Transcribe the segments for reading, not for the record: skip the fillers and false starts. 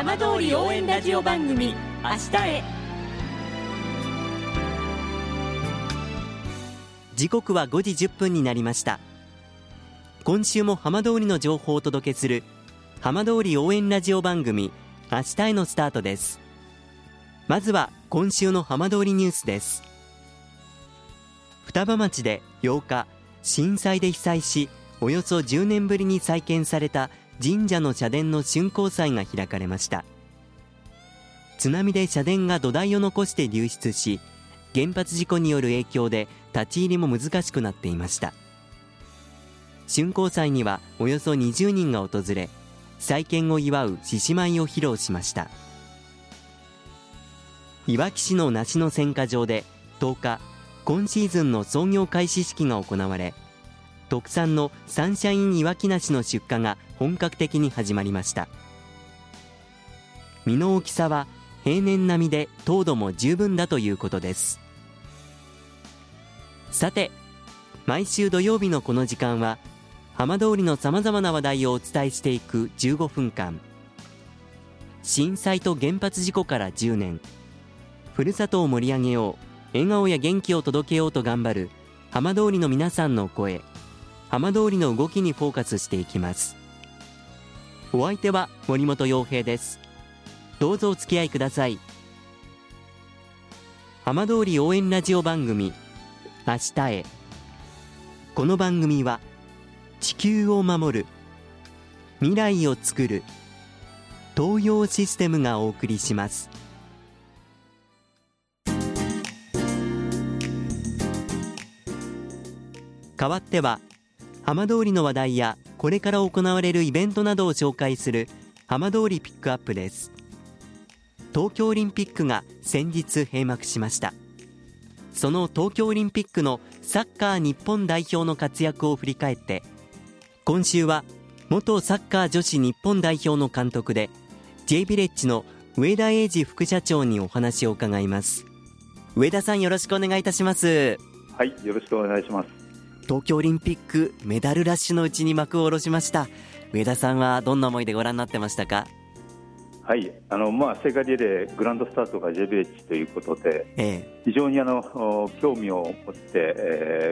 浜通り応援ラジオ番組明日へ。 時刻は5時10分になりました。今週も浜通りの情報をお届けする浜通り応援ラジオ番組明日へのスタートです。まずは今週の浜通りニュースです。双葉町で8日、震災で被災しおよそ10年ぶりに再建された神社の社殿の竣工祭が開かれました。津波で社殿が土台を残して流出し、原発事故による影響で立ち入りも難しくなっていました。竣工祭にはおよそ20人が訪れ、再建を祝う獅子舞を披露しました。いわき市の梨の選果場で10日、今シーズンの創業開始式が行われ、特産のサンシャインいわき梨の出荷が本格的に始まりました。実の大きさは平年並みで糖度も十分だということです。さて、毎週土曜日のこの時間は浜通りのさまざまな話題をお伝えしていく15分間。震災と原発事故から10年、ふるさとを盛り上げよう、笑顔や元気を届けようと頑張る浜通りの皆さんの声、浜通りの動きにフォーカスしていきます。お相手は森本洋平です。どうぞお付き合いください。浜通り応援ラジオ番組明日へ。この番組は地球を守る、未来をつくる東洋システムがお送りします。代わっては浜通りの話題やこれから行われるイベントなどを紹介する浜通りピックアップです。東京オリンピックが先日閉幕しました。その東京オリンピックのサッカー日本代表の活躍を振り返って、今週は元サッカー女子日本代表の監督で J ヴィレッジの上田英二副社長にお話を伺います。上田さん、よろしくお願いいたします。 はい、よろしくお願いします。 東京オリンピックメダルラッシュのうちに幕を下ろしました。上田さんはどんな思いでご覧になってましたか？ はい、聖火リレーグランドスタートが J ヴィレッジということで、非常に興味を持って、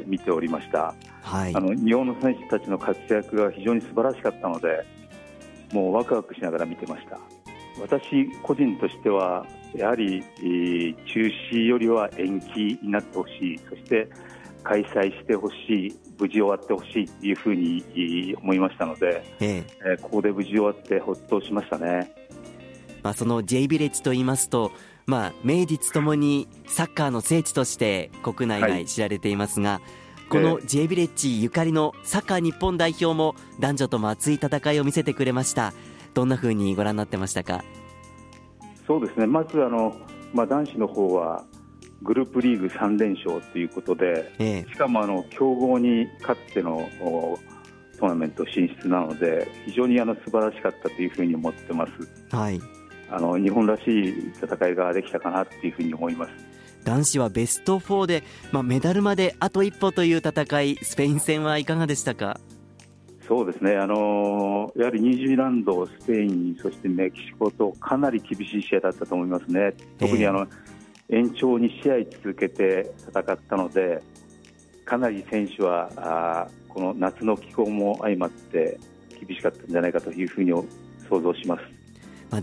見ておりました。はい、日本の選手たちの活躍が非常に素晴らしかったので、もうワクワクしながら見てました。私個人としてはやはり、中止よりは延期になってほしい、そして開催してほしい、無事終わってほしいというふうに思いましたので、ここで無事終わってほっとしましたね。 その J ヴィレッジといいますと、名実ともにサッカーの聖地として国内外知られていますが、この J ヴィレッジゆかりのサッカー日本代表も男女とも熱い戦いを見せてくれました。どんなふうにご覧になってましたか？ そうですね、まず男子の方はグループリーグ3連勝ということで、しかも強豪に勝ってのトーナメント進出なので、非常に素晴らしかったというふうに思ってます。はい、日本らしい戦いができたかなというふうに思います。 男子はベスト4で、メダルまであと一歩という戦い、スペイン戦はいかがでしたか？ そうですね、やはりニュージーランド、スペイン、そしてメキシコとかなり厳しい試合だったと思いますね。特に延長2試合続けて戦ったので、かなり選手はこの夏の気候も相まって厳しかったんじゃないかというふうに想像します。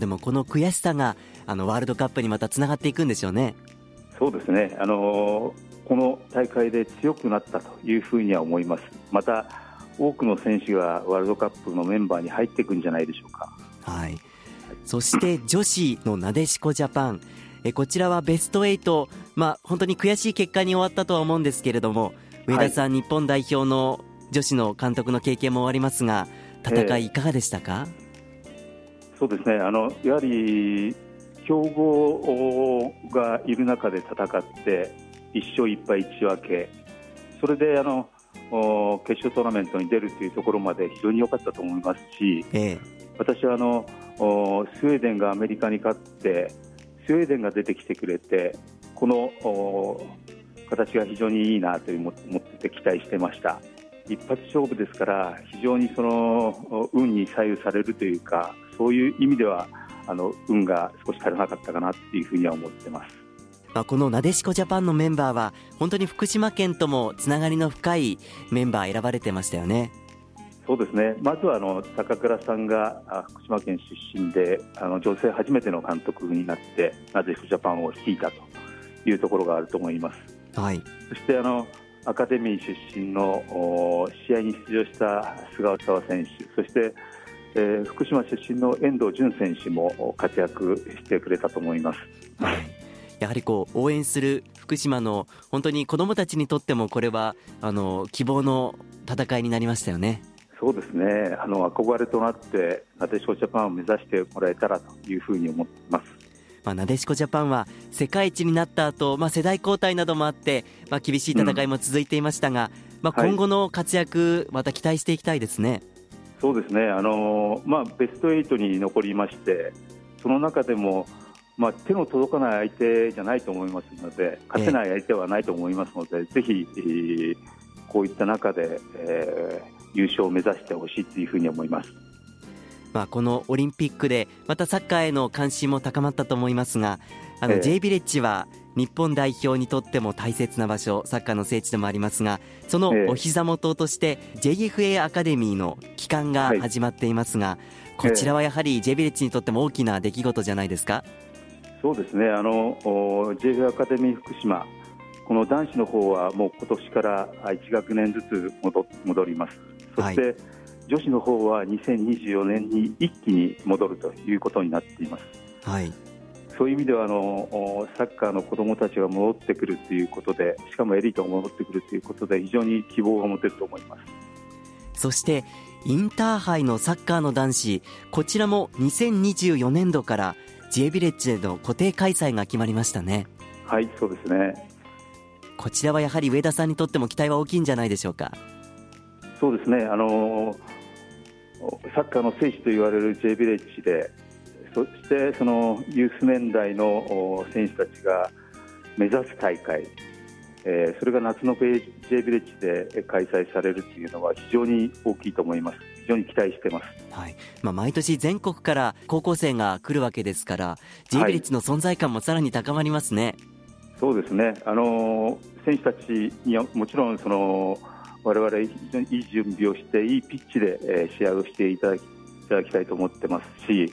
でもこの悔しさがワールドカップにまたつながっていくんでしょうね。 そうですね、この大会で強くなったというふうには思います。また多くの選手がワールドカップのメンバーに入っていくんじゃないでしょうか。はい、 そして女子のなでしこジャパン、こちらはベスト8、本当に悔しい結果に終わったとは思うんですけれども、上田さん、日本代表の女子の監督の経験もありますが、戦いいかがでしたか？ そうですね、やはり強豪がいる中で戦って1勝1敗1分け、それで決勝トーナメントに出るというところまで非常に良かったと思いますし、私はスウェーデンがアメリカに勝ってスウェーデンが出てきてくれて、この形が非常にいいなと思って期待してました。一発勝負ですから、非常に運に左右されるというか、そういう意味では運が少し足らなかったかなというふうには思ってます。 このなでしこジャパンのメンバーは本当に福島県ともつながりの深いメンバー選ばれてましたよね。 そうですね、まずは高倉さんが福島県出身で女性初めての監督になってなでしこジャパンを率いたというところがあると思います。 はい、 そしてアカデミー出身の試合に出場した菅澤選手、そして、福島出身の遠藤純選手も活躍してくれたと思います。 はい、やはり応援する福島の本当に子どもたちにとってもこれは希望の戦いになりましたよね。 そうですね、憧れとなってなでしこジャパンを目指してもらえたらというふうに思っています。 なでしこジャパンは世界一になった後、世代交代などもあって、厳しい戦いも続いていましたが、今後の活躍また期待していきたいですね。 そうですね、ベスト8に残りまして、その中でも、手の届かない相手じゃないと思いますので、勝てない相手はないと思いますので、ぜひ、こういった中で、優勝を目指してほしいというふうに思います。 このオリンピックでまたサッカーへの関心も高まったと思いますが、J ビレッジは日本代表にとっても大切な場所、サッカーの聖地でもありますが、そのお膝元として JFA アカデミーの期間が始まっていますが、こちらはやはり J ビレッジにとっても大きな出来事じゃないですか。 そうですね、JFA アカデミー福島、この男子の方はもう今年から1学年ずつ戻ります。そして、女子の方は2024年に一気に戻るということになっています。 はい、 そういう意味ではサッカーの子どもたちが戻ってくるということで、しかもエリートが戻ってくるということで非常に希望が持てると思います。 そしてインターハイのサッカーの男子、こちらも2024年度から J ビレッジでの固定開催が決まりましたね。 はい、そうですね。こちらはやはり上田さんにとっても期待は大きいんじゃないでしょうか。 そうですね、サッカーの聖地と言われる J ビレッジで、そしてそのユース年代の選手たちが目指す大会、それが夏の J ビレッジで開催されるというのは非常に大きいと思います。非常に期待しています。 はい、毎年全国から高校生が来るわけですから、 J ビレッジの存在感もさらに高まりますね。はい、 そうですね、選手たちにはもちろん我々非常にいい準備をしていいピッチで、試合をしていただきたいと思ってますし、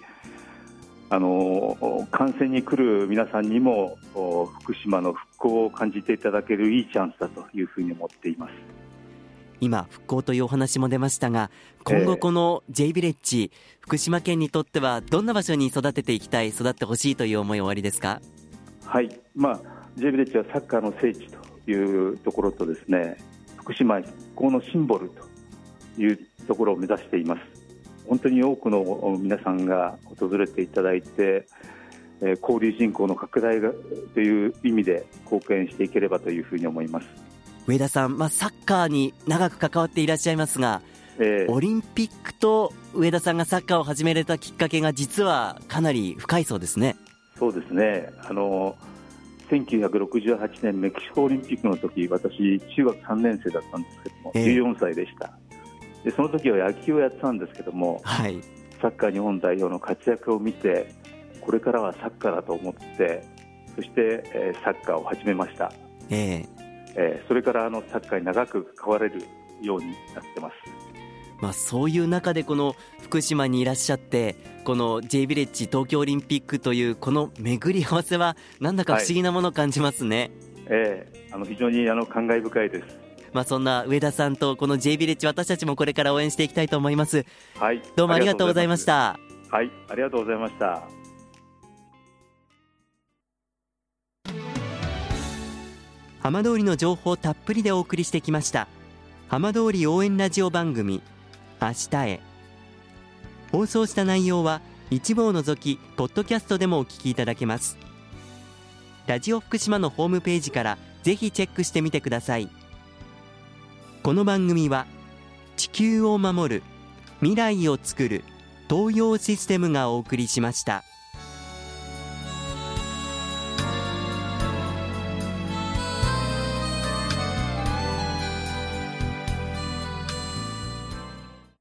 観戦に来る皆さんにも福島の復興を感じていただけるいいチャンスだというふうに思っています。 今復興というお話も出ましたが、今後この J ビレッジ、福島県にとってはどんな場所に育てていきたい、育ってほしいという思いはおありですか。 はい、J ビレッジはサッカーの聖地というところとですね、福島復興のシンボルというところを目指しています。本当に多くの皆さんが訪れていただいて、交流人口の拡大という意味で貢献していければというふうに思います。 上田さん、サッカーに長く関わっていらっしゃいますが、オリンピックと上田さんがサッカーを始められたきっかけが実はかなり深いそうですね。 そうですね、1968年メキシコオリンピックの時、私中学3年生だったんですけども、14歳でした。でその時は野球をやってたんですけども、 はい、 サッカー日本代表の活躍を見て、これからはサッカーだと思って、そして、サッカーを始めました。それからサッカーに長く関われるようになってます。 そういう中でこの福島にいらっしゃって、この J ビレッジ東京オリンピックというこの巡り合わせはなんだか不思議なものを感じますね。 非常に感慨深いです。 そんな上田さんとこの J ビレッジ、私たちもこれから応援していきたいと思います。 はい、 どうもありがとうございました。 はい、ありがとうございました。 浜通りの情報たっぷりでお送りしてきました浜通り応援ラジオ番組明日へ。放送した内容は一部を除きポッドキャストでもお聞きいただけます。ラジオ福島のホームページからぜひチェックしてみてください。この番組は地球を守る未来をつくる東洋システムがお送りしました。